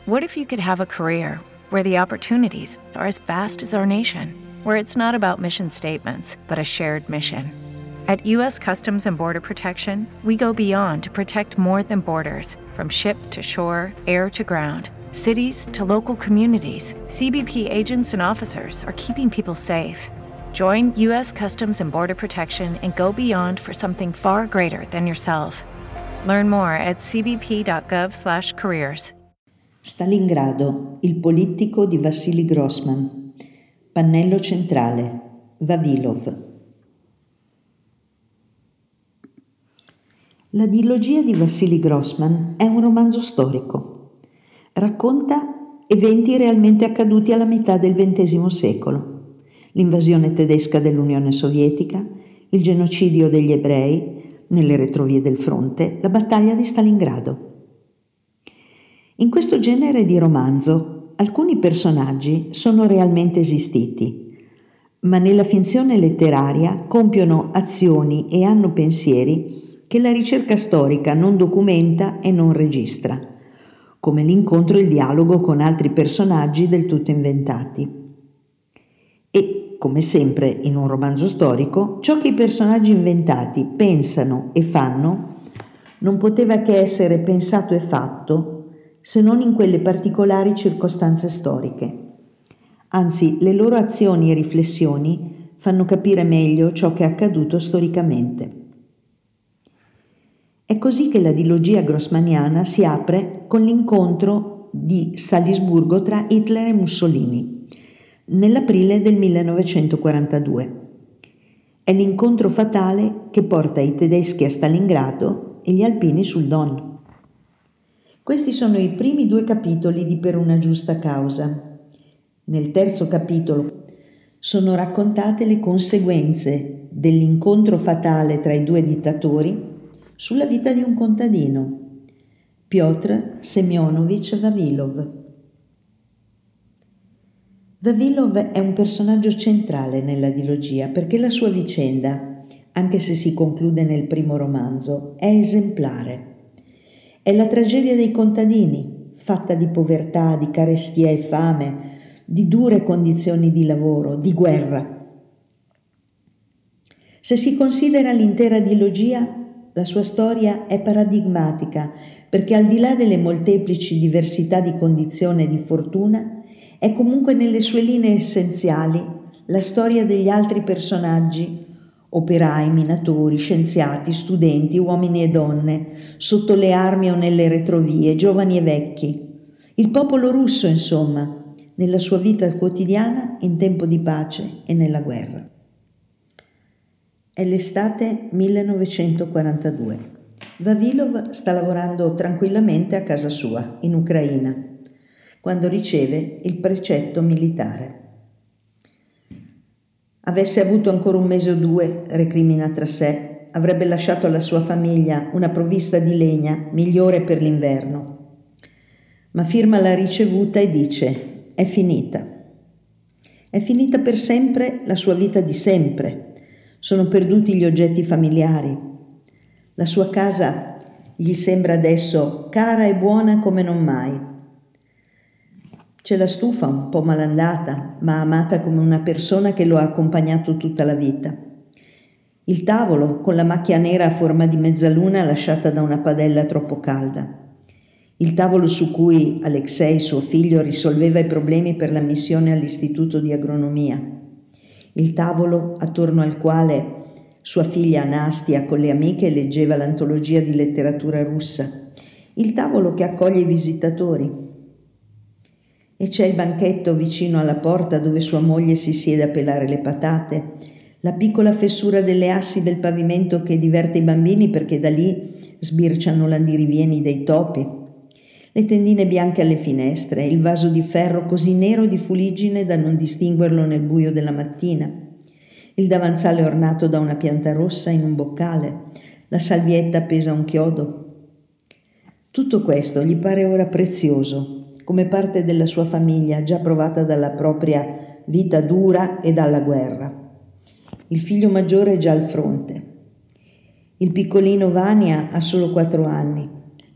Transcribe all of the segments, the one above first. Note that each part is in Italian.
What if you could have a career where the opportunities are as vast as our nation, where it's not about mission statements, but a shared mission? At U.S. Customs and Border Protection, we go beyond to protect more than borders. From ship to shore, air to ground, cities to local communities, CBP agents and officers are keeping people safe. Join U.S. Customs and Border Protection and go beyond for something far greater than yourself. Learn more at cbp.gov/careers. Stalingrado, il politico di Vassili Grossman. Pannello centrale, Vavilov. La dilogia di Vassili Grossman è un romanzo storico. Racconta eventi realmente accaduti alla metà del XX secolo. L'invasione tedesca dell'Unione Sovietica, il genocidio degli ebrei nelle retrovie del fronte, la battaglia di Stalingrado. In questo genere di romanzo alcuni personaggi sono realmente esistiti, ma nella finzione letteraria compiono azioni e hanno pensieri che la ricerca storica non documenta e non registra, come l'incontro e il dialogo con altri personaggi del tutto inventati. E, come sempre in un romanzo storico, ciò che i personaggi inventati pensano e fanno non poteva che essere pensato e fatto se non in quelle particolari circostanze storiche. Anzi, le loro azioni e riflessioni fanno capire meglio ciò che è accaduto storicamente. È così che la dilogia grossmaniana si apre con l'incontro di Salisburgo tra Hitler e Mussolini, nell'aprile del 1942. È l'incontro fatale che porta i tedeschi a Stalingrado e gli alpini sul Don. Questi sono i primi 2 capitoli di Per una giusta causa. Nel terzo capitolo sono raccontate le conseguenze dell'incontro fatale tra i 2 dittatori sulla vita di un contadino, Piotr Semyonovich Vavilov. Vavilov è un personaggio centrale nella dilogia perché la sua vicenda, anche se si conclude nel primo romanzo, è esemplare. È la tragedia dei contadini, fatta di povertà, di carestia e fame, di dure condizioni di lavoro, di guerra. Se si considera l'intera dilogia, la sua storia è paradigmatica, perché al di là delle molteplici diversità di condizione e di fortuna, è comunque nelle sue linee essenziali la storia degli altri personaggi, operai, minatori, scienziati, studenti, uomini e donne, sotto le armi o nelle retrovie, giovani e vecchi. Il popolo russo, insomma, nella sua vita quotidiana, in tempo di pace e nella guerra. È l'estate 1942. Vavilov sta lavorando tranquillamente a casa sua, in Ucraina, quando riceve il precetto militare. Avesse avuto ancora 1 mese o 2, recrimina tra sé, avrebbe lasciato alla sua famiglia una provvista di legna migliore per l'inverno. Ma firma la ricevuta e dice: è finita. È finita per sempre la sua vita di sempre. Sono perduti gli oggetti familiari. La sua casa gli sembra adesso cara e buona come non mai. C'è la stufa un po' malandata, ma amata come una persona che lo ha accompagnato tutta la vita. Il tavolo con la macchia nera a forma di mezzaluna lasciata da una padella troppo calda. Il tavolo su cui Alexei, suo figlio, risolveva i problemi per l'ammissione all'istituto di agronomia. Il tavolo attorno al quale sua figlia Nastia con le amiche leggeva l'antologia di letteratura russa. Il tavolo che accoglie i visitatori. E c'è il banchetto vicino alla porta dove sua moglie si siede a pelare le patate, la piccola fessura delle assi del pavimento che diverte i bambini perché da lì sbirciano l'andirivieni dei topi, le tendine bianche alle finestre, il vaso di ferro così nero di fuliggine da non distinguerlo nel buio della mattina, il davanzale ornato da una pianta rossa in un boccale, la salvietta appesa a un chiodo. Tutto questo gli pare ora prezioso, come parte della sua famiglia già provata dalla propria vita dura e dalla guerra. Il figlio maggiore è già al fronte. Il piccolino Vania ha solo 4 anni.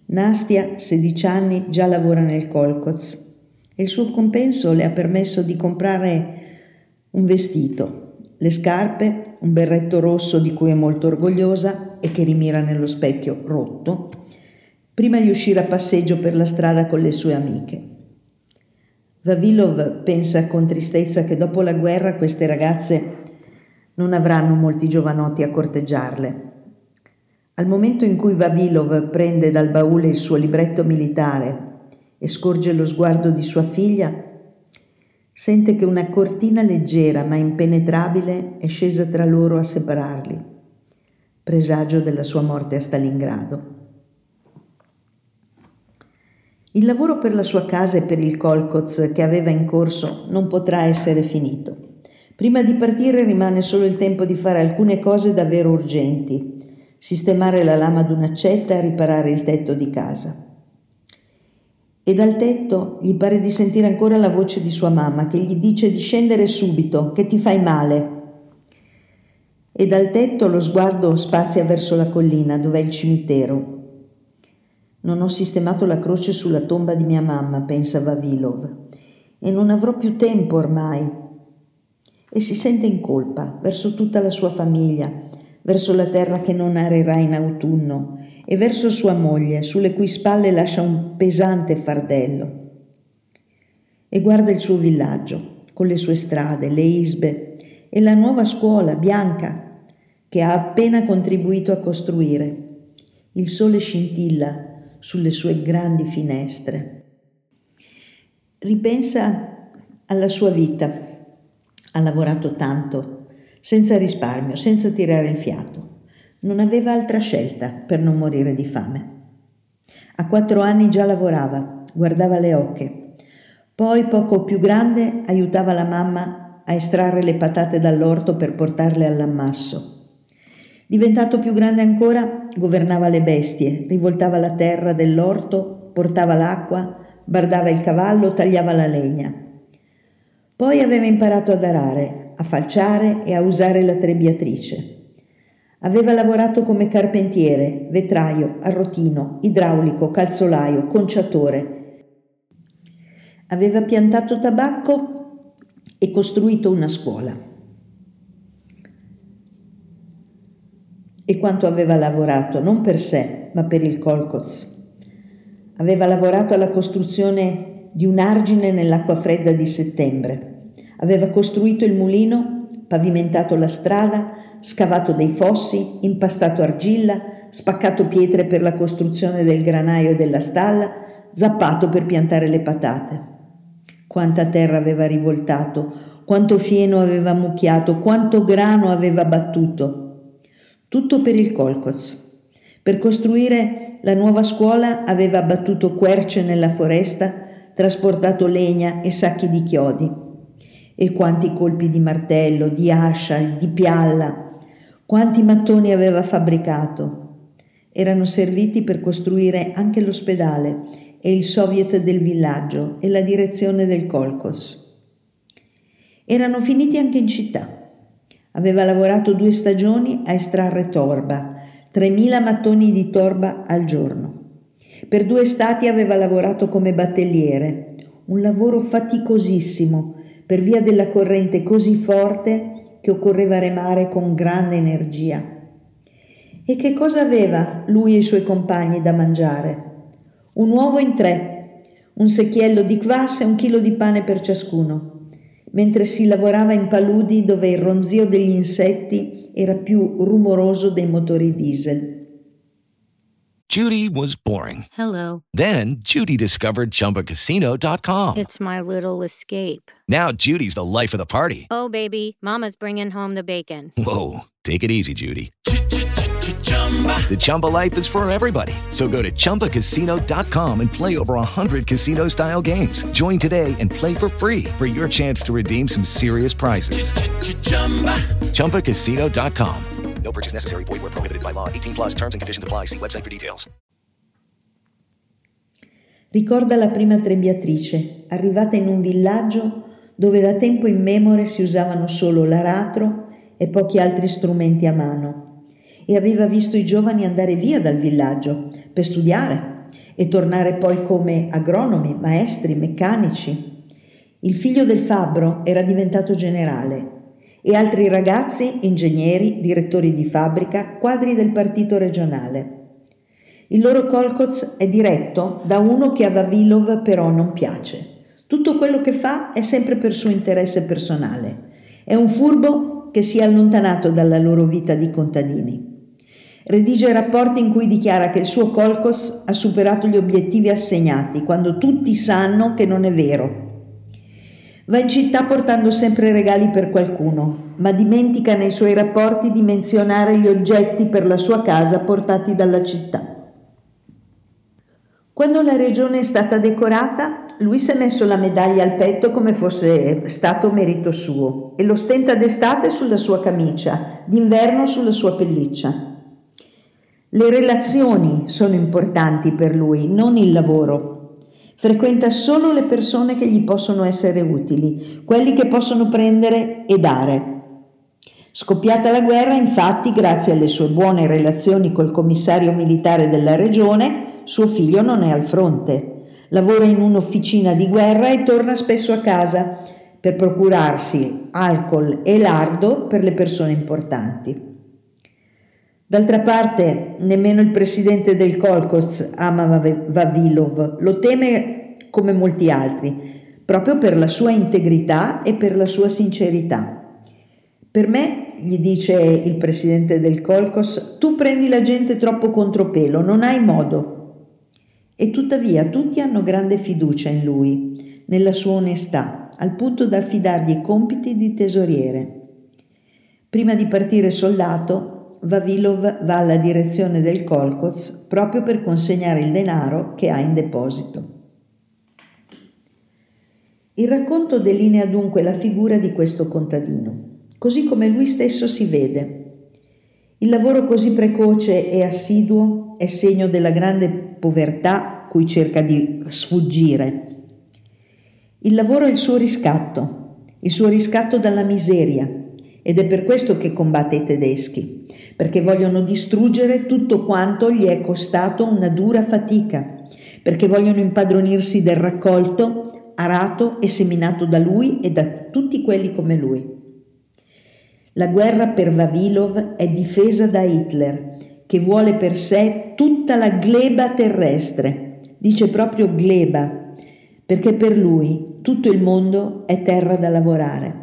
Nastia, 16 anni, già lavora nel kolkhoz e il suo compenso le ha permesso di comprare un vestito, le scarpe, un berretto rosso di cui è molto orgogliosa e che rimira nello specchio rotto, prima di uscire a passeggio per la strada con le sue amiche. Vavilov pensa con tristezza che dopo la guerra queste ragazze non avranno molti giovanotti a corteggiarle. Al momento in cui Vavilov prende dal baule il suo libretto militare e scorge lo sguardo di sua figlia, sente che una cortina leggera ma impenetrabile è scesa tra loro a separarli, presagio della sua morte a Stalingrado. Il lavoro per la sua casa e per il kolkhoz che aveva in corso non potrà essere finito. Prima di partire rimane solo il tempo di fare alcune cose davvero urgenti: sistemare la lama d'un'accetta e riparare il tetto di casa. E dal tetto gli pare di sentire ancora la voce di sua mamma che gli dice di scendere subito, che ti fai male. E dal tetto lo sguardo spazia verso la collina dove è il cimitero. Non ho sistemato la croce sulla tomba di mia mamma, pensa Vavilov, e non avrò più tempo ormai. E si sente in colpa verso tutta la sua famiglia, verso la terra che non arirà in autunno e verso sua moglie, sulle cui spalle lascia un pesante fardello. E guarda il suo villaggio, con le sue strade, le isbe e la nuova scuola bianca che ha appena contribuito a costruire. Il sole scintilla sulle sue grandi finestre. Ripensa alla sua vita. Ha lavorato tanto, senza risparmio, senza tirare il fiato. Non aveva altra scelta per non morire di fame. A 4 anni già lavorava, guardava le oche. Poi, poco più grande, aiutava la mamma a estrarre le patate dall'orto per portarle all'ammasso. Diventato più grande ancora, governava le bestie, rivoltava la terra dell'orto, portava l'acqua, bardava il cavallo, tagliava la legna. Poi aveva imparato ad arare, a falciare e a usare la trebbiatrice. Aveva lavorato come carpentiere, vetraio, arrotino, idraulico, calzolaio, conciatore. Aveva piantato tabacco e costruito una scuola. E quanto aveva lavorato, non per sé, ma per il kolkhoz. Aveva lavorato alla costruzione di un argine nell'acqua fredda di settembre. Aveva costruito il mulino, pavimentato la strada, scavato dei fossi, impastato argilla, spaccato pietre per la costruzione del granaio e della stalla, zappato per piantare le patate. Quanta terra aveva rivoltato, quanto fieno aveva mucchiato, quanto grano aveva battuto. Tutto per il kolkhoz. Per costruire la nuova scuola aveva abbattuto querce nella foresta, trasportato legna e sacchi di chiodi. E quanti colpi di martello, di ascia, di pialla, quanti mattoni aveva fabbricato. Erano serviti per costruire anche l'ospedale e il soviet del villaggio e la direzione del kolkhoz. Erano finiti anche in città. Aveva lavorato 2 stagioni a estrarre torba, 3.000 mattoni di torba al giorno. Per 2 estati aveva lavorato come battelliere, un lavoro faticosissimo per via della corrente così forte che occorreva remare con grande energia. E che cosa aveva lui e i suoi compagni da mangiare? Un uovo in 3, un secchiello di kvass e 1 chilo di pane per ciascuno, mentre si lavorava in paludi dove il ronzio degli insetti era più rumoroso dei motori diesel. Judy was boring. Hello. Then Judy discovered ChumbaCasino.com. It's my little escape. Now Judy's the life of the party. Oh, baby, mama's bringing home the bacon. Whoa, take it easy, Judy. The Chumba life is for everybody. So go to ChumbaCasino.com and play over 100 casino-style games. Join today and play for free for your chance to redeem some serious prizes. ChumbaCasino.com. No purchase necessary. Void where prohibited by law. 18+ terms and conditions apply. See website for details. Ricorda la prima trebbiatrice, arrivata in un villaggio dove da tempo immemore si usavano solo l'aratro e pochi altri strumenti a mano. E aveva visto i giovani andare via dal villaggio per studiare e tornare poi come agronomi, maestri, meccanici. Il figlio del fabbro era diventato generale e altri ragazzi, ingegneri, direttori di fabbrica, quadri del partito regionale. Il loro kolkhoz è diretto da uno che a Vavilov però non piace. Tutto quello che fa è sempre per suo interesse personale. È un furbo che si è allontanato dalla loro vita di contadini. Redige rapporti in cui dichiara che il suo kolkhoz ha superato gli obiettivi assegnati, quando tutti sanno che non è vero. Va in città portando sempre regali per qualcuno, ma dimentica nei suoi rapporti di menzionare gli oggetti per la sua casa portati dalla città. Quando la regione è stata decorata, lui si è messo la medaglia al petto come fosse stato merito suo e lo stenta d'estate sulla sua camicia, d'inverno sulla sua pelliccia. Le relazioni sono importanti per lui, non il lavoro. Frequenta solo le persone che gli possono essere utili, quelli che possono prendere e dare. Scoppiata la guerra, infatti, grazie alle sue buone relazioni col commissario militare della regione, suo figlio non è al fronte. Lavora in un'officina di guerra e torna spesso a casa per procurarsi alcol e lardo per le persone importanti. D'altra parte, nemmeno il presidente del kolkhoz ama Vavilov, lo teme come molti altri, proprio per la sua integrità e per la sua sincerità. Per me, gli dice il presidente del kolkhoz, tu prendi la gente troppo contropelo, non hai modo. E tuttavia tutti hanno grande fiducia in lui, nella sua onestà, al punto da affidargli i compiti di tesoriere. Prima di partire soldato, Vavilov va alla direzione del kolkhoz proprio per consegnare il denaro che ha in deposito. Il racconto delinea dunque la figura di questo contadino, così come lui stesso si vede. Il lavoro così precoce e assiduo è segno della grande povertà cui cerca di sfuggire. Il lavoro è il suo riscatto dalla miseria, ed è per questo che combatte i tedeschi, perché vogliono distruggere tutto quanto gli è costato una dura fatica, perché vogliono impadronirsi del raccolto, arato e seminato da lui e da tutti quelli come lui. La guerra per Vavilov è difesa da Hitler, che vuole per sé tutta la gleba terrestre. Dice proprio gleba, perché per lui tutto il mondo è terra da lavorare.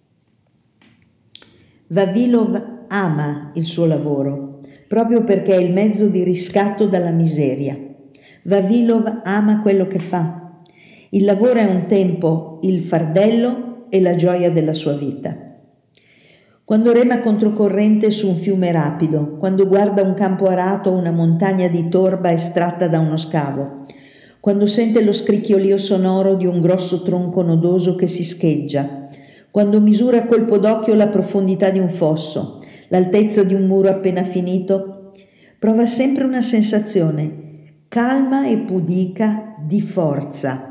Vavilov ama il suo lavoro, proprio perché è il mezzo di riscatto dalla miseria. Vavilov ama quello che fa. Il lavoro è un tempo il fardello e la gioia della sua vita. Quando rema controcorrente su un fiume rapido, quando guarda un campo arato o una montagna di torba estratta da uno scavo, quando sente lo scricchiolio sonoro di un grosso tronco nodoso che si scheggia, quando misura a colpo d'occhio la profondità di un fosso, l'altezza di un muro appena finito, prova sempre una sensazione calma e pudica di forza.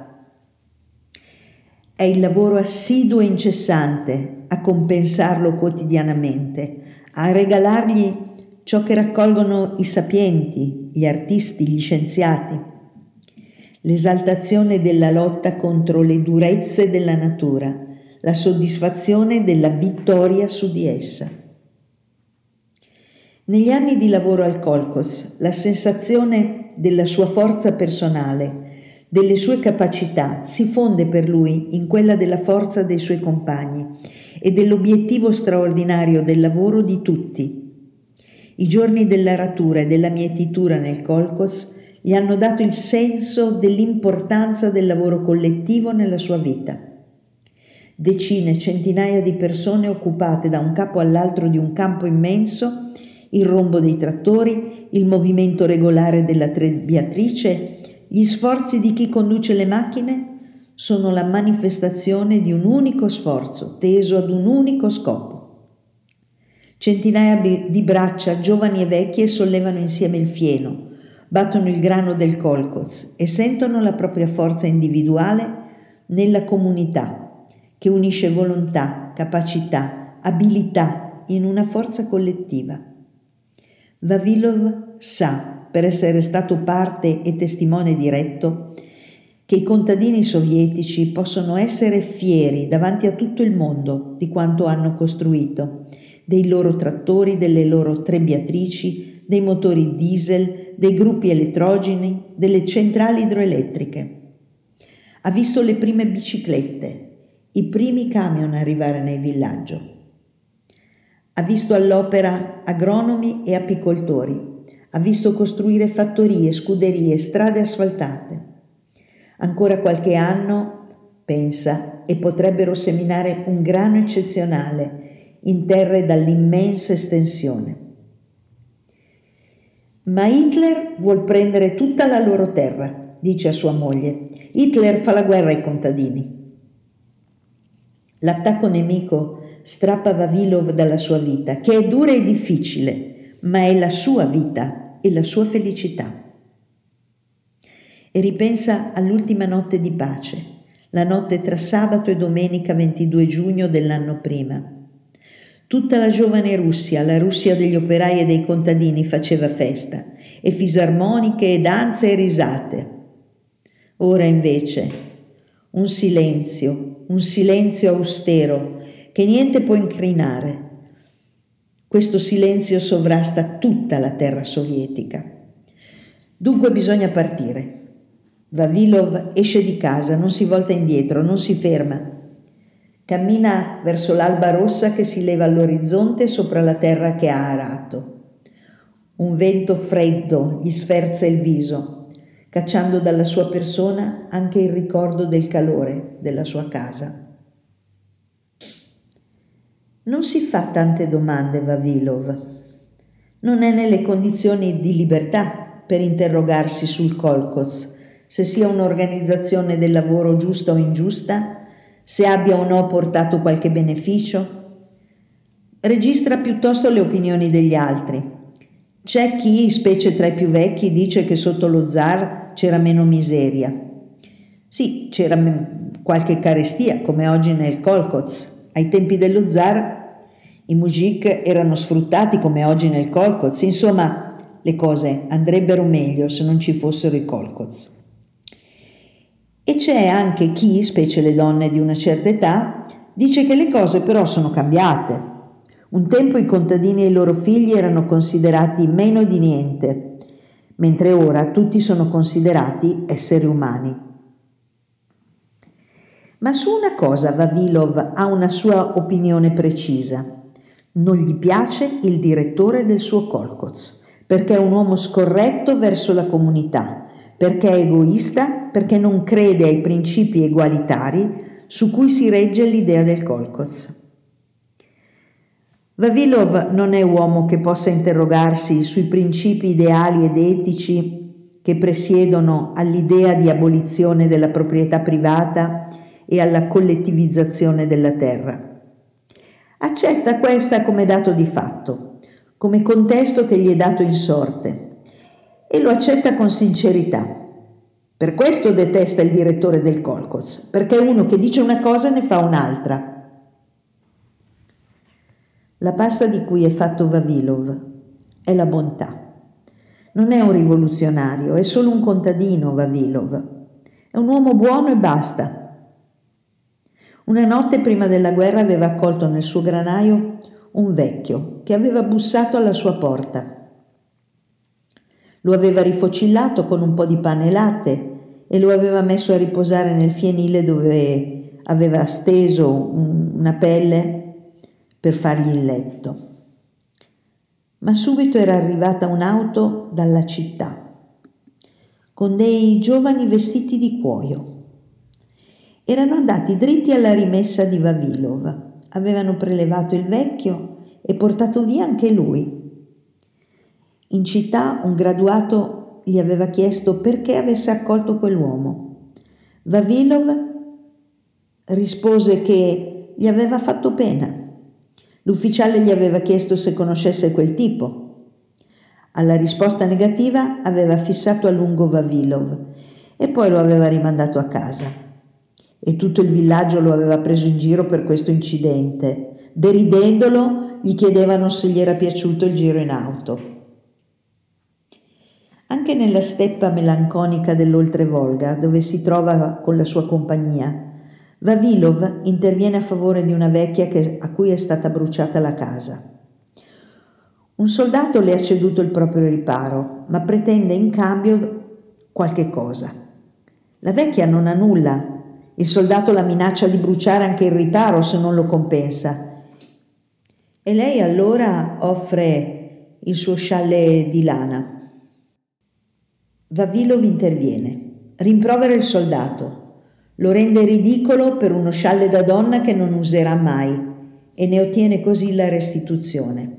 È il lavoro assiduo e incessante a compensarlo quotidianamente, a regalargli ciò che raccolgono i sapienti, gli artisti, gli scienziati. L'esaltazione della lotta contro le durezze della natura, la soddisfazione della vittoria su di essa. Negli anni di lavoro al kolkhoz, la sensazione della sua forza personale, delle sue capacità, si fonde per lui in quella della forza dei suoi compagni e dell'obiettivo straordinario del lavoro di tutti. I giorni dell'aratura e della mietitura nel kolkhoz gli hanno dato il senso dell'importanza del lavoro collettivo nella sua vita. Decine, centinaia di persone occupate da un capo all'altro di un campo immenso, il rombo dei trattori, il movimento regolare della trebbiatrice, gli sforzi di chi conduce le macchine sono la manifestazione di un unico sforzo teso ad un unico scopo. Centinaia di braccia, giovani e vecchie, sollevano insieme il fieno, battono il grano del kolkhoz e sentono la propria forza individuale nella comunità, che unisce volontà, capacità, abilità in una forza collettiva. Vavilov sa per essere stato parte e testimone diretto, che i contadini sovietici possono essere fieri davanti a tutto il mondo di quanto hanno costruito, dei loro trattori, delle loro trebbiatrici, dei motori diesel, dei gruppi elettrogeni, delle centrali idroelettriche. Ha visto le prime biciclette, i primi camion arrivare nel villaggio. Ha visto all'opera agronomi e apicoltori. Ha visto costruire fattorie, scuderie, strade asfaltate. Ancora qualche anno, pensa, e potrebbero seminare un grano eccezionale in terre dall'immensa estensione. Ma Hitler vuol prendere tutta la loro terra, dice a sua moglie. Hitler fa la guerra ai contadini. L'attacco nemico strappa Vavilov dalla sua vita, che è dura e difficile, ma è la sua vita e la sua felicità. E ripensa all'ultima notte di pace, la notte tra sabato e domenica 22 giugno dell'anno prima. Tutta la giovane Russia, la Russia degli operai e dei contadini, faceva festa, e fisarmoniche e danze e risate. Ora invece un silenzio austero che niente può incrinare. Questo silenzio sovrasta tutta la terra sovietica. Dunque bisogna partire. Vavilov esce di casa, non si volta indietro, non si ferma. Cammina verso l'alba rossa che si leva all'orizzonte sopra la terra che ha arato. Un vento freddo gli sferza il viso, cacciando dalla sua persona anche il ricordo del calore della sua casa. Non si fa tante domande Vavilov. Non è nelle condizioni di libertà per interrogarsi sul kolkhoz, se sia un'organizzazione del lavoro giusta o ingiusta, se abbia o no portato qualche beneficio. Registra piuttosto le opinioni degli altri. C'è chi, specie tra i più vecchi, dice che sotto lo zar c'era meno miseria. Sì, c'era qualche carestia, come oggi nel kolkhoz. Ai tempi dello zar i mujik erano sfruttati come oggi nel kolkhoz. Insomma, le cose andrebbero meglio se non ci fossero i kolkhoz. E c'è anche chi, specie le donne di una certa età, dice che le cose però sono cambiate. Un tempo i contadini e i loro figli erano considerati meno di niente, mentre ora tutti sono considerati esseri umani. Ma su una cosa Vavilov ha una sua opinione precisa. Non gli piace il direttore del suo kolkhoz, perché è un uomo scorretto verso la comunità, perché è egoista, perché non crede ai principi egualitari su cui si regge l'idea del kolkhoz. Vavilov non è uomo che possa interrogarsi sui principi ideali ed etici che presiedono all'idea di abolizione della proprietà privata e alla collettivizzazione della terra. Accetta questa come dato di fatto, come contesto che gli è dato in sorte, e lo accetta con sincerità. Per questo detesta il direttore del kolkhoz, perché è uno che dice una cosa e ne fa un'altra. La pasta di cui è fatto Vavilov è la bontà. Non è un rivoluzionario, è solo un contadino Vavilov. È un uomo buono e basta. Una notte prima della guerra aveva accolto nel suo granaio un vecchio che aveva bussato alla sua porta. Lo aveva rifocillato con un po' di pane e latte e lo aveva messo a riposare nel fienile dove aveva steso una pelle per fargli il letto. Ma subito era arrivata un'auto dalla città con dei giovani vestiti di cuoio. Erano andati dritti alla rimessa di Vavilov, avevano prelevato il vecchio e portato via anche lui. In città un graduato gli aveva chiesto perché avesse accolto quell'uomo. Vavilov rispose che gli aveva fatto pena. L'ufficiale gli aveva chiesto se conoscesse quel tipo. Alla risposta negativa aveva fissato a lungo Vavilov e poi lo aveva rimandato a casa. E tutto il villaggio lo aveva preso in giro per questo incidente. Deridendolo, gli chiedevano se gli era piaciuto il giro in auto. Anche nella steppa melanconica dell'Oltrevolga, dove si trova con la sua compagnia, Vavilov interviene a favore di una vecchia a cui è stata bruciata la casa. Un soldato le ha ceduto il proprio riparo, ma pretende in cambio qualche cosa. La vecchia non ha nulla. Il soldato la minaccia di bruciare anche il riparo se non lo compensa. E lei allora offre il suo scialle di lana. Vavilov interviene, rimprovera il soldato, lo rende ridicolo per uno scialle da donna che non userà mai e ne ottiene così la restituzione.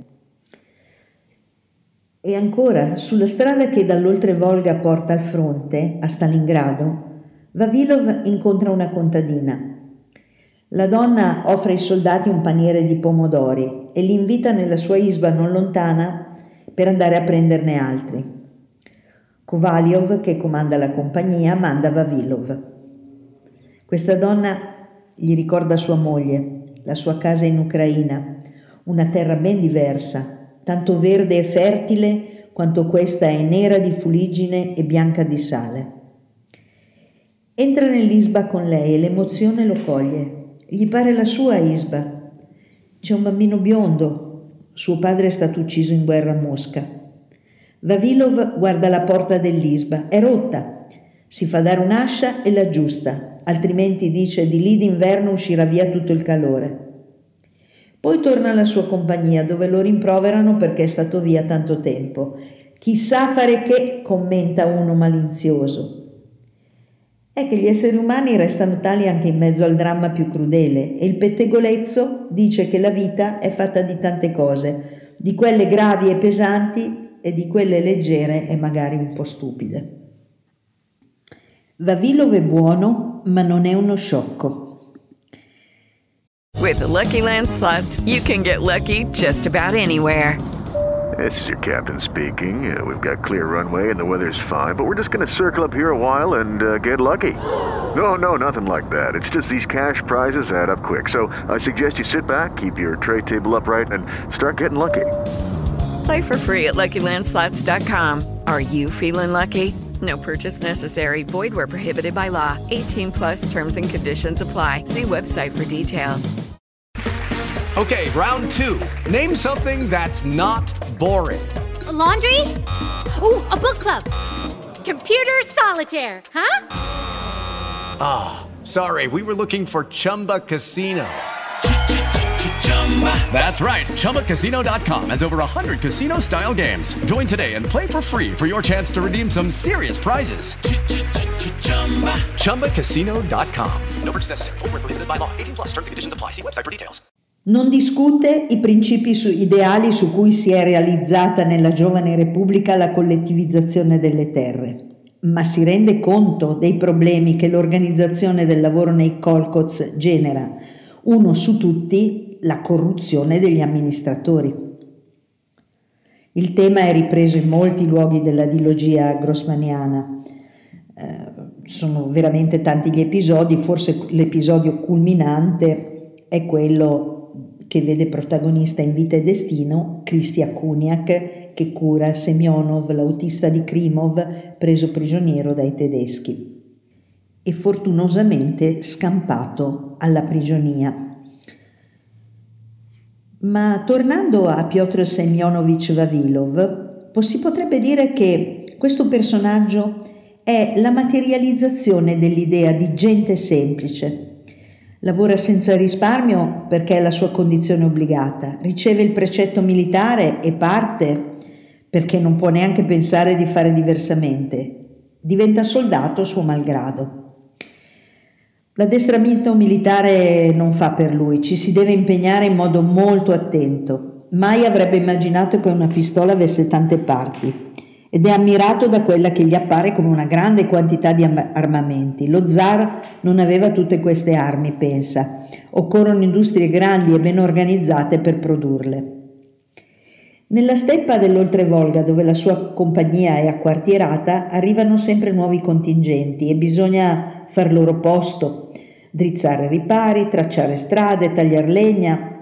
E ancora, sulla strada che dall'Oltrevolga porta al fronte, a Stalingrado, Vavilov incontra una contadina. La donna offre ai soldati un paniere di pomodori e li invita nella sua isba non lontana per andare a prenderne altri. Kovalyov, che comanda la compagnia, manda Vavilov. Questa donna gli ricorda sua moglie, la sua casa in Ucraina, una terra ben diversa, tanto verde e fertile quanto questa è nera di fuliggine e bianca di sale. Entra nell'isba con lei e l'emozione lo coglie. Gli pare la sua isba. C'è un bambino biondo. Suo padre è stato ucciso in guerra a Mosca. Vavilov guarda la porta dell'isba. È rotta. Si fa dare un'ascia e l'aggiusta, altrimenti, dice, di lì d'inverno uscirà via tutto il calore. Poi torna alla sua compagnia, dove lo rimproverano perché è stato via tanto tempo. Chissà fare che, commenta uno malizioso. È che gli esseri umani restano tali anche in mezzo al dramma più crudele e il pettegolezzo dice che la vita è fatta di tante cose, di quelle gravi e pesanti e di quelle leggere e magari un po' stupide. Vavilov è buono, ma non è uno sciocco. With the Lucky Land Slots, you can get lucky just about anywhere. This is your captain speaking. We've got clear runway and the weather's fine, but we're just going to circle up here a while and get lucky. No, nothing like that. It's just these cash prizes add up quick. So I suggest you sit back, keep your tray table upright, and start getting lucky. Play for free at LuckyLandSlots.com. Are you feeling lucky? No purchase necessary. Void where prohibited by law. 18 plus terms and conditions apply. See website for details. Okay, round two. Name something that's not boring. A laundry? Ooh, a book club. Computer solitaire, huh? Ah, sorry, we were looking for Chumba Casino. That's right, ChumbaCasino.com has over 100 casino-style games. Join today and play for free for your chance to redeem some serious prizes. ChumbaCasino.com. No purchase necessary. Void where prohibited by law. 18 plus terms and conditions apply. See website for details. Non discute i principi ideali su cui si è realizzata nella giovane Repubblica la collettivizzazione delle terre, ma si rende conto dei problemi che l'organizzazione del lavoro nei kolkhoz genera, uno su tutti la corruzione degli amministratori. Il tema è ripreso in molti luoghi della dilogia grossmaniana. Sono veramente tanti gli episodi, forse l'episodio culminante è quello che vede protagonista in Vita e Destino Kristya Kuniak, che cura Semyonov, l'autista di Krimov, preso prigioniero dai tedeschi e fortunosamente scampato alla prigionia. Ma tornando a Piotr Semyonovich Vavilov, si potrebbe dire che questo personaggio è la materializzazione dell'idea di gente semplice. Lavora senza risparmio perché è la sua condizione obbligata, riceve il precetto militare e parte perché non può neanche pensare di fare diversamente. Diventa soldato suo malgrado. L'addestramento militare non fa per lui, ci si deve impegnare in modo molto attento. Mai avrebbe immaginato che una pistola avesse tante parti ed è ammirato da quella che gli appare come una grande quantità di armamenti. Lo zar non aveva tutte queste armi, pensa. Occorrono industrie grandi e ben organizzate per produrle. Nella steppa dell'Oltrevolga, dove la sua compagnia è acquartierata, arrivano sempre nuovi contingenti e bisogna far loro posto, drizzare ripari, tracciare strade, tagliar legna.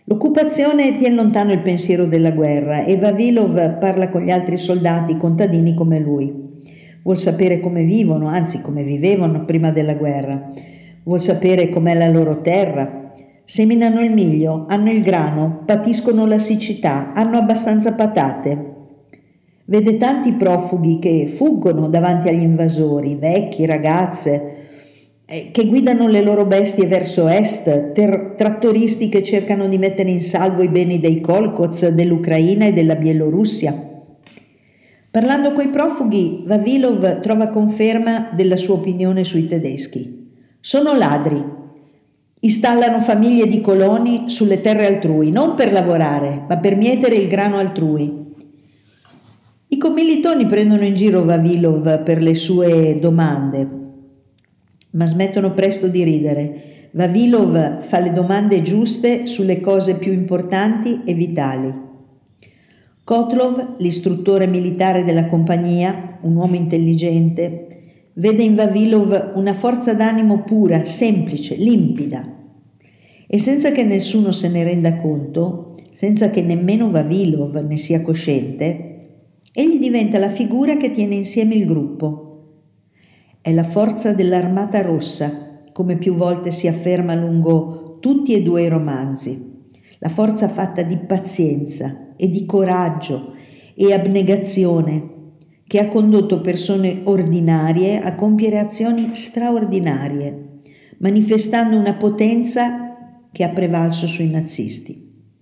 L'occupazione tiene lontano il pensiero della guerra e Vavilov parla con gli altri soldati contadini come lui. Vuol sapere come vivono, anzi come vivevano prima della guerra. Vuol sapere com'è la loro terra. Seminano il miglio, hanno il grano, patiscono la siccità, hanno abbastanza patate. Vede tanti profughi che fuggono davanti agli invasori, vecchi, ragazze, che guidano le loro bestie verso est, trattoristi che cercano di mettere in salvo i beni dei kolkhoz, dell'Ucraina e della Bielorussia. Parlando coi profughi, Vavilov trova conferma della sua opinione sui tedeschi. Sono ladri. Installano famiglie di coloni sulle terre altrui, non per lavorare, ma per mietere il grano altrui. I commilitoni prendono in giro Vavilov per le sue domande, ma smettono presto di ridere. Vavilov fa le domande giuste sulle cose più importanti e vitali. Kotlov, l'istruttore militare della compagnia, un uomo intelligente, vede in Vavilov una forza d'animo pura, semplice, limpida. E senza che nessuno se ne renda conto, senza che nemmeno Vavilov ne sia cosciente, egli diventa la figura che tiene insieme il gruppo. È la forza dell'Armata Rossa, come più volte si afferma lungo tutti e due i romanzi. La forza fatta di pazienza e di coraggio e abnegazione che ha condotto persone ordinarie a compiere azioni straordinarie, manifestando una potenza che ha prevalso sui nazisti.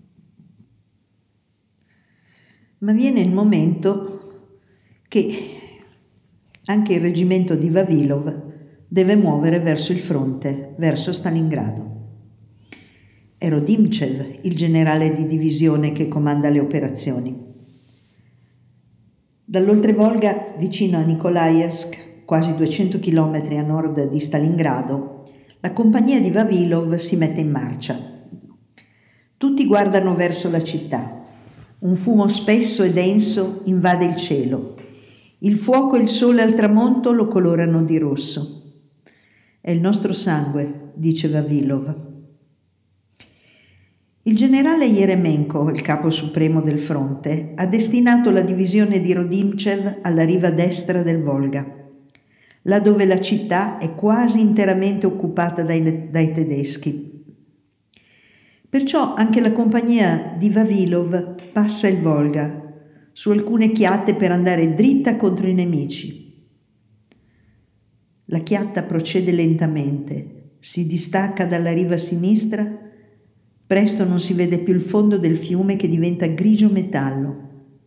Ma viene il momento che anche il reggimento di Vavilov deve muovere verso il fronte, verso Stalingrado. È Rodimchev il generale di divisione che comanda le operazioni. Dall'oltrevolga, vicino a Nikolaevsk, quasi 200 km a nord di Stalingrado, la compagnia di Vavilov si mette in marcia. Tutti guardano verso la città. Un fumo spesso e denso invade il cielo. Il fuoco e il sole al tramonto lo colorano di rosso. È il nostro sangue, dice Vavilov. Il generale Yeremenko, il capo supremo del fronte, ha destinato la divisione di Rodimchev alla riva destra del Volga, là dove la città è quasi interamente occupata dai tedeschi. Perciò anche la compagnia di Vavilov passa il Volga su alcune chiatte per andare dritta contro i nemici. La chiatta procede lentamente, si distacca dalla riva sinistra, presto non si vede più il fondo del fiume che diventa grigio metallo.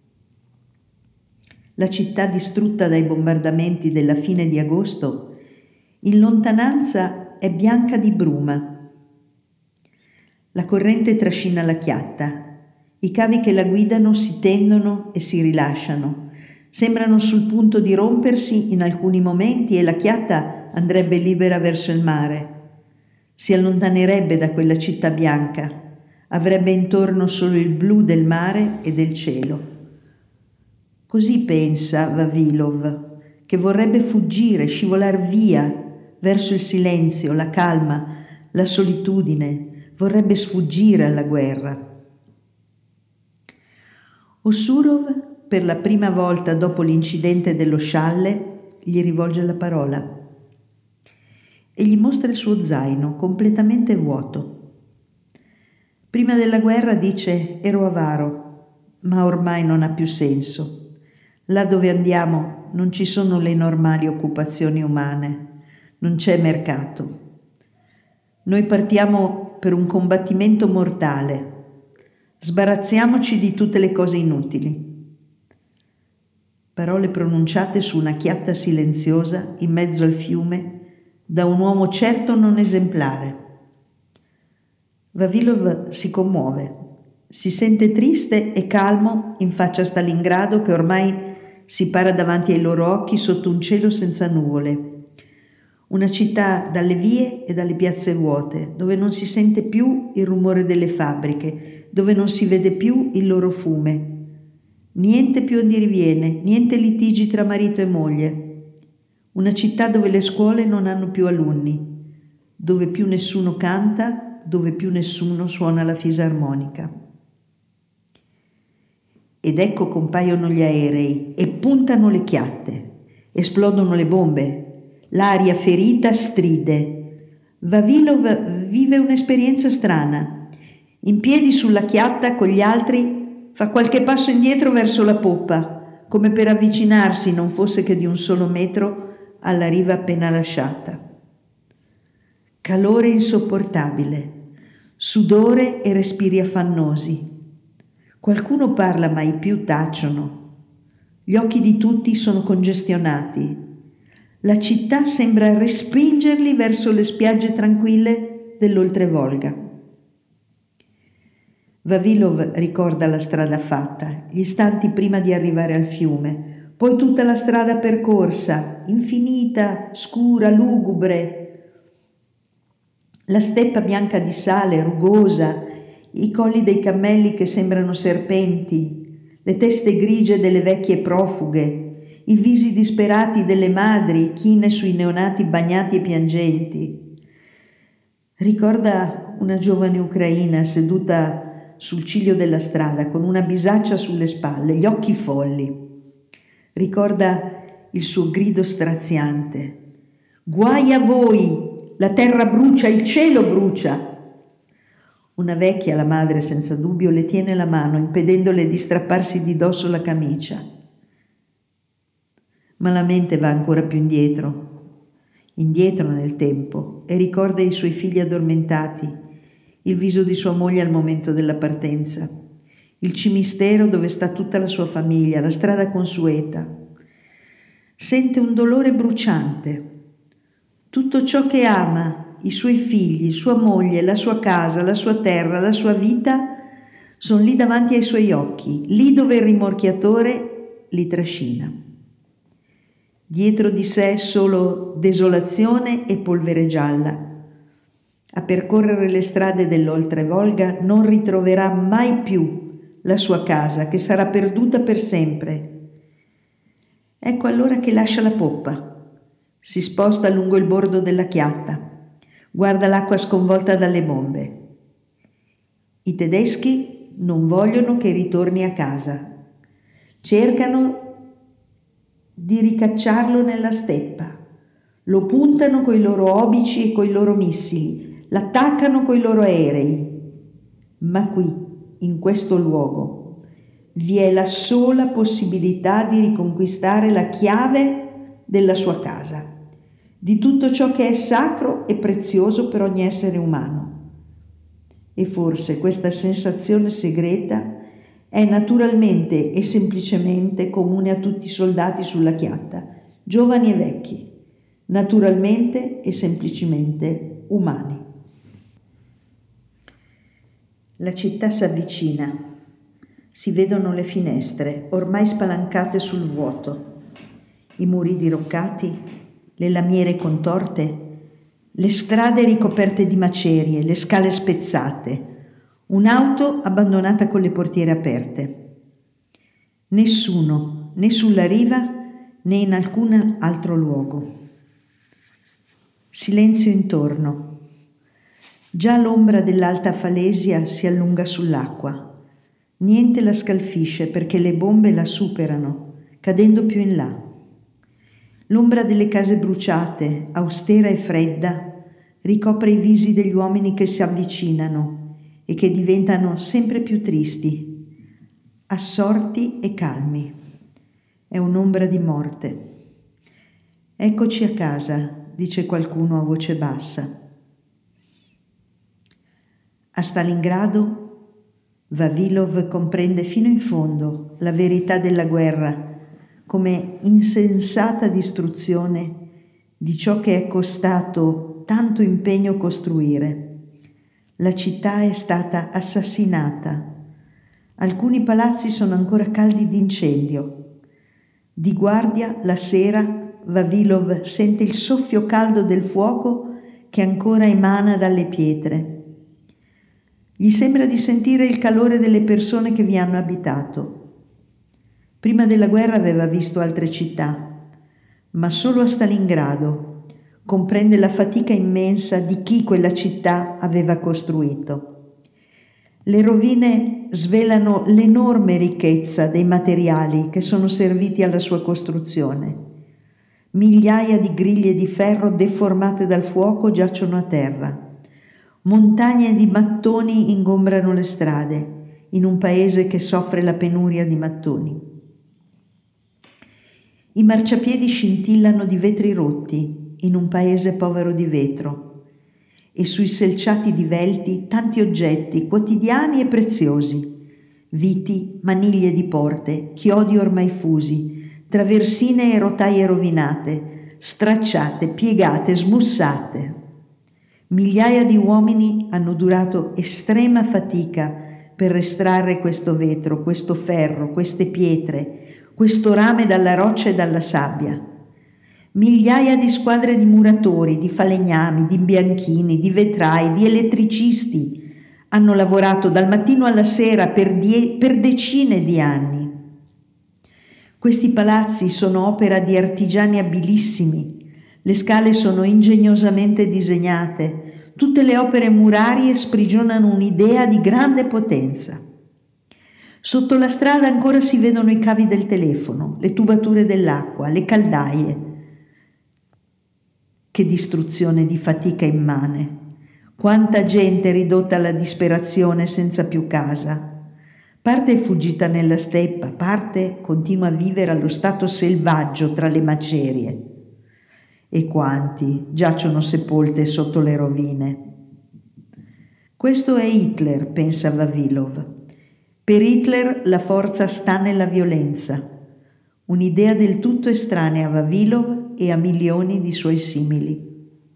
La città distrutta dai bombardamenti della fine di agosto, in lontananza è bianca di bruma. La corrente trascina la chiatta. I cavi che la guidano si tendono e si rilasciano, sembrano sul punto di rompersi in alcuni momenti e la chiatta andrebbe libera verso il mare. Si allontanerebbe da quella città bianca, avrebbe intorno solo il blu del mare e del cielo. Così pensa Vavilov, che vorrebbe fuggire, scivolar via verso il silenzio, la calma, la solitudine, vorrebbe sfuggire alla guerra. Osurov, per la prima volta dopo l'incidente dello scialle, gli rivolge la parola e gli mostra il suo zaino completamente vuoto. Prima della guerra dice: ero avaro, ma ormai non ha più senso. Là dove andiamo non ci sono le normali occupazioni umane, non c'è mercato. Noi partiamo per un combattimento mortale. Sbarazziamoci di tutte le cose inutili. Parole pronunciate su una chiatta silenziosa in mezzo al fiume da un uomo certo non esemplare. Vavilov si commuove, si sente triste e calmo in faccia a Stalingrado che ormai si para davanti ai loro occhi sotto un cielo senza nuvole. Una città dalle vie e dalle piazze vuote, dove non si sente più il rumore delle fabbriche, dove non si vede più il loro fume. Niente più andiriviene, niente litigi tra marito e moglie. Una città dove le scuole non hanno più alunni, dove più nessuno canta dove più nessuno suona la fisarmonica. Ed ecco compaiono gli aerei e puntano le chiatte. Esplodono le bombe. L'aria ferita stride. Vavilov vive un'esperienza strana. In piedi sulla chiatta con gli altri fa qualche passo indietro verso la poppa, come per avvicinarsi, non fosse che di un solo metro, alla riva appena lasciata. Calore insopportabile, sudore e respiri affannosi. Qualcuno parla ma i più tacciono. Gli occhi di tutti sono congestionati. La città sembra respingerli verso le spiagge tranquille dell'oltrevolga. Vavilov ricorda la strada fatta, gli istanti prima di arrivare al fiume, poi tutta la strada percorsa, infinita, scura, lugubre, la steppa bianca di sale, rugosa, i colli dei cammelli che sembrano serpenti, le teste grigie delle vecchie profughe, i visi disperati delle madri chine sui neonati bagnati e piangenti. Ricorda una giovane ucraina seduta sul ciglio della strada con una bisaccia sulle spalle, gli occhi folli. Ricorda il suo grido straziante: «Guai a voi! La terra brucia, il cielo brucia!» Una vecchia, la madre senza dubbio, le tiene la mano, impedendole di strapparsi di dosso la camicia. Ma la mente va ancora più indietro nel tempo, e ricorda i suoi figli addormentati, il viso di sua moglie al momento della partenza, il cimitero dove sta tutta la sua famiglia, la strada consueta. Sente un dolore bruciante. Tutto ciò che ama, i suoi figli, sua moglie, la sua casa, la sua terra, la sua vita, sono lì davanti ai suoi occhi, lì dove il rimorchiatore li trascina. Dietro di sé solo desolazione e polvere gialla. A percorrere le strade dell'oltrevolga non ritroverà mai più la sua casa, che sarà perduta per sempre. Ecco allora che lascia la poppa. Si sposta lungo il bordo della chiatta, guarda l'acqua sconvolta dalle bombe. I tedeschi non vogliono che ritorni a casa. Cercano di ricacciarlo nella steppa. Lo puntano coi loro obici e coi loro missili, l'attaccano coi loro aerei. Ma qui, in questo luogo, vi è la sola possibilità di riconquistare la chiave della sua casa, di tutto ciò che è sacro e prezioso per ogni essere umano. E forse questa sensazione segreta è naturalmente e semplicemente comune a tutti i soldati sulla chiatta, giovani e vecchi, naturalmente e semplicemente umani. La città s'avvicina, si vedono le finestre ormai spalancate sul vuoto, i muri diroccati, le lamiere contorte, le strade ricoperte di macerie, le scale spezzate, un'auto abbandonata con le portiere aperte. Nessuno, né sulla riva né in alcun altro luogo. Silenzio intorno. Già l'ombra dell'alta falesia si allunga sull'acqua. Niente la scalfisce perché le bombe la superano, cadendo più in là. L'ombra delle case bruciate, austera e fredda, ricopre i visi degli uomini che si avvicinano e che diventano sempre più tristi, assorti e calmi. È un'ombra di morte. «Eccoci a casa», dice qualcuno a voce bassa. A Stalingrado, Vavilov comprende fino in fondo la verità della guerra come insensata distruzione di ciò che è costato tanto impegno costruire. La città è stata assassinata. Alcuni palazzi sono ancora caldi d'incendio. Di guardia, la sera, Vavilov sente il soffio caldo del fuoco che ancora emana dalle pietre. Gli sembra di sentire il calore delle persone che vi hanno abitato. Prima della guerra aveva visto altre città, ma solo a Stalingrado, comprende la fatica immensa di chi quella città aveva costruito. Le rovine svelano l'enorme ricchezza dei materiali che sono serviti alla sua costruzione. Migliaia di griglie di ferro deformate dal fuoco giacciono a terra. Montagne di mattoni ingombrano le strade, in un paese che soffre la penuria di mattoni. I marciapiedi scintillano di vetri rotti, in un paese povero di vetro, e sui selciati divelti tanti oggetti quotidiani e preziosi, viti, maniglie di porte, chiodi ormai fusi, traversine e rotaie rovinate, stracciate, piegate, smussate. Migliaia di uomini hanno durato estrema fatica per estrarre questo vetro, questo ferro, queste pietre, questo rame dalla roccia e dalla sabbia. Migliaia di squadre di muratori, di falegnami, di bianchini, di vetrai, di elettricisti hanno lavorato dal mattino alla sera per decine di anni. Questi palazzi sono opera di artigiani abilissimi, le scale sono ingegnosamente disegnate, tutte le opere murarie sprigionano un'idea di grande potenza. Sotto la strada ancora si vedono i cavi del telefono, le tubature dell'acqua, le caldaie. Che distruzione di fatica immane! Quanta gente ridotta alla disperazione senza più casa. Parte è fuggita nella steppa, parte continua a vivere allo stato selvaggio tra le macerie. E quanti giacciono sepolte sotto le rovine. Questo è Hitler, pensa Vavilov. Per Hitler la forza sta nella violenza. Un'idea del tutto estranea a Vavilov e a milioni di suoi simili.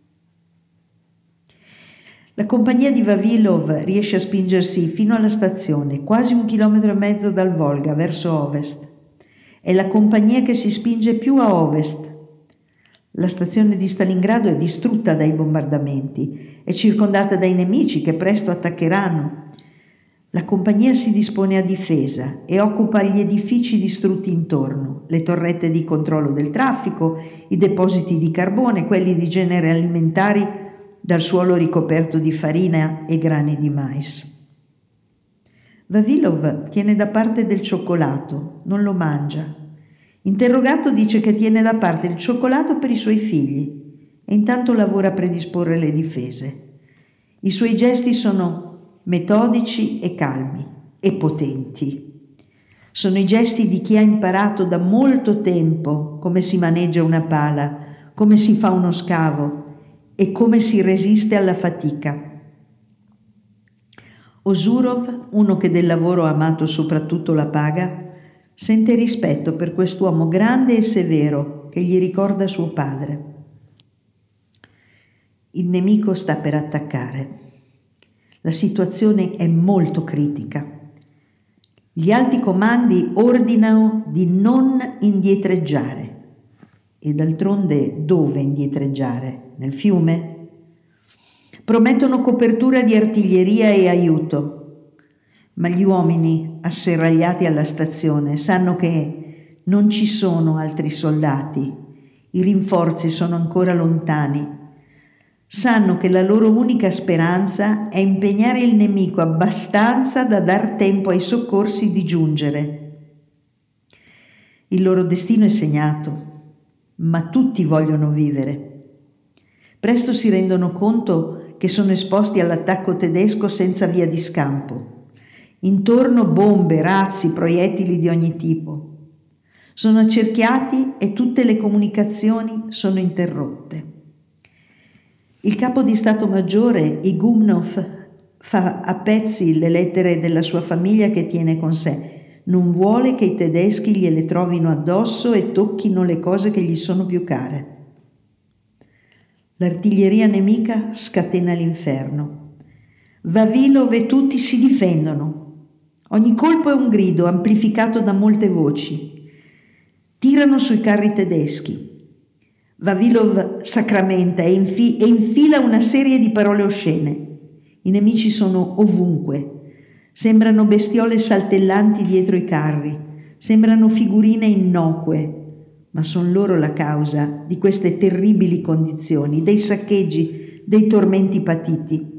La compagnia di Vavilov riesce a spingersi fino alla stazione, quasi 1,5 chilometri dal Volga, verso ovest. È la compagnia che si spinge più a ovest. La stazione di Stalingrado è distrutta dai bombardamenti, è circondata dai nemici che presto attaccheranno. La compagnia si dispone a difesa e occupa gli edifici distrutti intorno, le torrette di controllo del traffico, i depositi di carbone, quelli di generi alimentari dal suolo ricoperto di farina e grani di mais. Vavilov tiene da parte del cioccolato, non lo mangia. Interrogato dice che tiene da parte il cioccolato per i suoi figli e intanto lavora a predisporre le difese. I suoi gesti sono metodici e calmi e potenti. Sono i gesti di chi ha imparato da molto tempo come si maneggia una pala, come si fa uno scavo e come si resiste alla fatica. Osurov, uno che del lavoro ha amato soprattutto la paga, sente rispetto per quest'uomo grande e severo che gli ricorda suo padre. Il nemico sta per attaccare. La situazione è molto critica. Gli alti comandi ordinano di non indietreggiare. E d'altronde dove indietreggiare? Nel fiume? Promettono copertura di artiglieria e aiuto, ma gli uomini asserragliati alla stazione sanno che non ci sono altri soldati, i rinforzi sono ancora lontani. Sanno che la loro unica speranza è impegnare il nemico abbastanza da dar tempo ai soccorsi di giungere. Il loro destino è segnato, ma tutti vogliono vivere. Presto si rendono conto che sono esposti all'attacco tedesco senza via di scampo. Intorno bombe, razzi, proiettili di ogni tipo. Sono accerchiati e tutte le comunicazioni sono interrotte. Il capo di Stato Maggiore, Igumnov, fa a pezzi le lettere della sua famiglia che tiene con sé. Non vuole che i tedeschi gliele trovino addosso e tocchino le cose che gli sono più care. L'artiglieria nemica scatena l'inferno. Vavilov e tutti si difendono. Ogni colpo è un grido amplificato da molte voci. Tirano sui carri tedeschi. Vavilov sacramenta e infila una serie di parole oscene. I nemici sono ovunque. Sembrano bestiole saltellanti dietro i carri. Sembrano figurine innocue. ma sono loro la causa di queste terribili condizioni, dei saccheggi, dei tormenti patiti.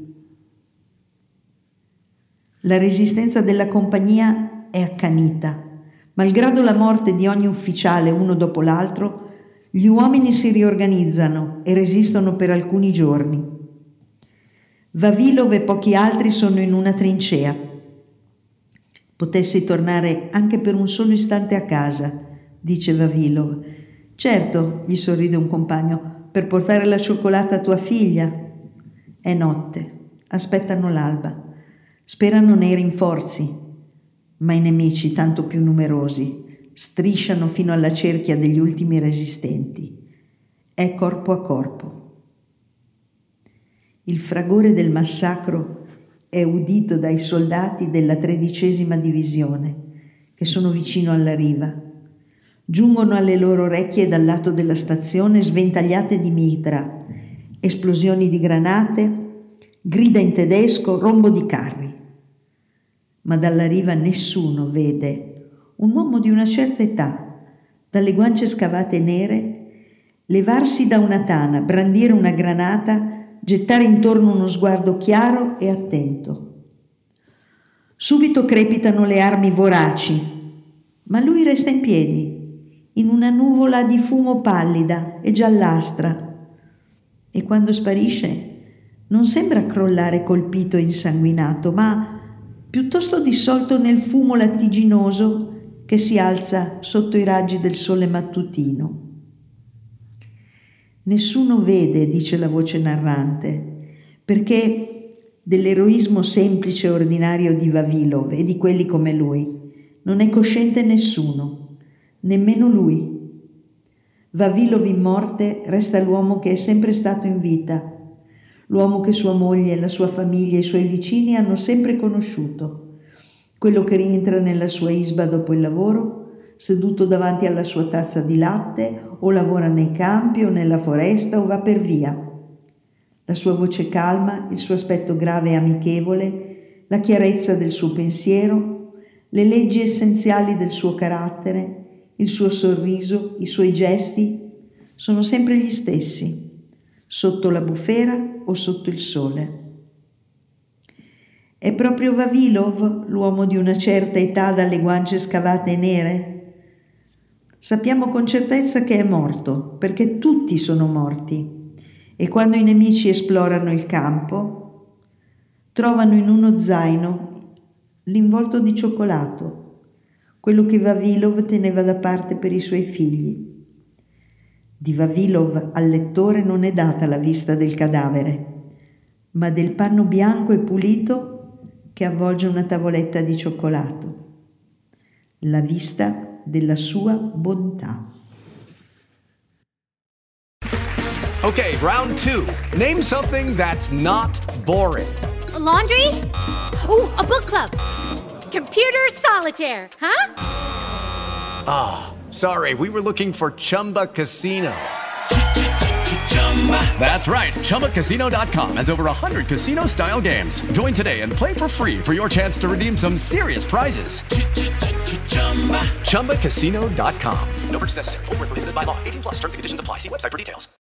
La resistenza della compagnia è accanita. Malgrado la morte di ogni ufficiale uno dopo l'altro, gli uomini si riorganizzano e resistono per alcuni giorni. Vavilov e pochi altri sono in una trincea. Potessi tornare anche per un solo istante a casa, dice Vavilov. Certo, gli sorride un compagno, per portare la cioccolata a tua figlia. È notte, aspettano l'alba, sperano nei rinforzi, ma i nemici, tanto più numerosi, strisciano fino alla cerchia degli ultimi resistenti. È corpo a corpo. Il fragore del massacro è udito dai soldati della 13ª divisione, che sono vicino alla riva. Giungono alle loro orecchie dal lato della stazione sventagliate di mitra, esplosioni di granate, grida in tedesco, rombo di carri. Ma dalla riva nessuno vede un uomo di una certa età, dalle guance scavate nere, levarsi da una tana, brandire una granata, gettare intorno uno sguardo chiaro e attento. Subito crepitano le armi voraci, ma lui resta in piedi, in una nuvola di fumo pallida e giallastra, e quando sparisce non sembra crollare colpito e insanguinato, ma piuttosto dissolto nel fumo lattiginoso che si alza sotto i raggi del sole mattutino. Nessuno vede, dice la voce narrante, perché dell'eroismo semplice e ordinario di Vavilov e di quelli come lui non è cosciente nessuno, nemmeno lui. Vavilov in morte resta l'uomo che è sempre stato in vita, l'uomo che sua moglie, la sua famiglia e i suoi vicini hanno sempre conosciuto, quello che rientra nella sua isba dopo il lavoro, seduto davanti alla sua tazza di latte, o lavora nei campi o nella foresta o va per via. La sua voce calma, il suo aspetto grave e amichevole, la chiarezza del suo pensiero, le leggi essenziali del suo carattere, il suo sorriso, i suoi gesti, sono sempre gli stessi, sotto la bufera o sotto il sole. È proprio Vavilov l'uomo di una certa età dalle guance scavate nere? Sappiamo con certezza che è morto, perché tutti sono morti, e quando i nemici esplorano il campo, trovano in uno zaino l'involto di cioccolato, quello che Vavilov teneva da parte per i suoi figli. Di Vavilov al lettore non è data la vista del cadavere, ma del panno bianco e pulito che avvolge una tavoletta di cioccolato. La vista della sua bontà. Okay, round 2. Name something that's not boring. A laundry? Ooh, a book club. Computer solitaire, huh? Ah, sorry, we were looking for Chumba Casino. That's right. ChumbaCasino.com has over 100 casino-style games. Join today and play for free for your chance to redeem some serious prizes. ChumbaCasino.com. No purchase necessary. Void where prohibited by law. 18+ terms and conditions apply. See website for details.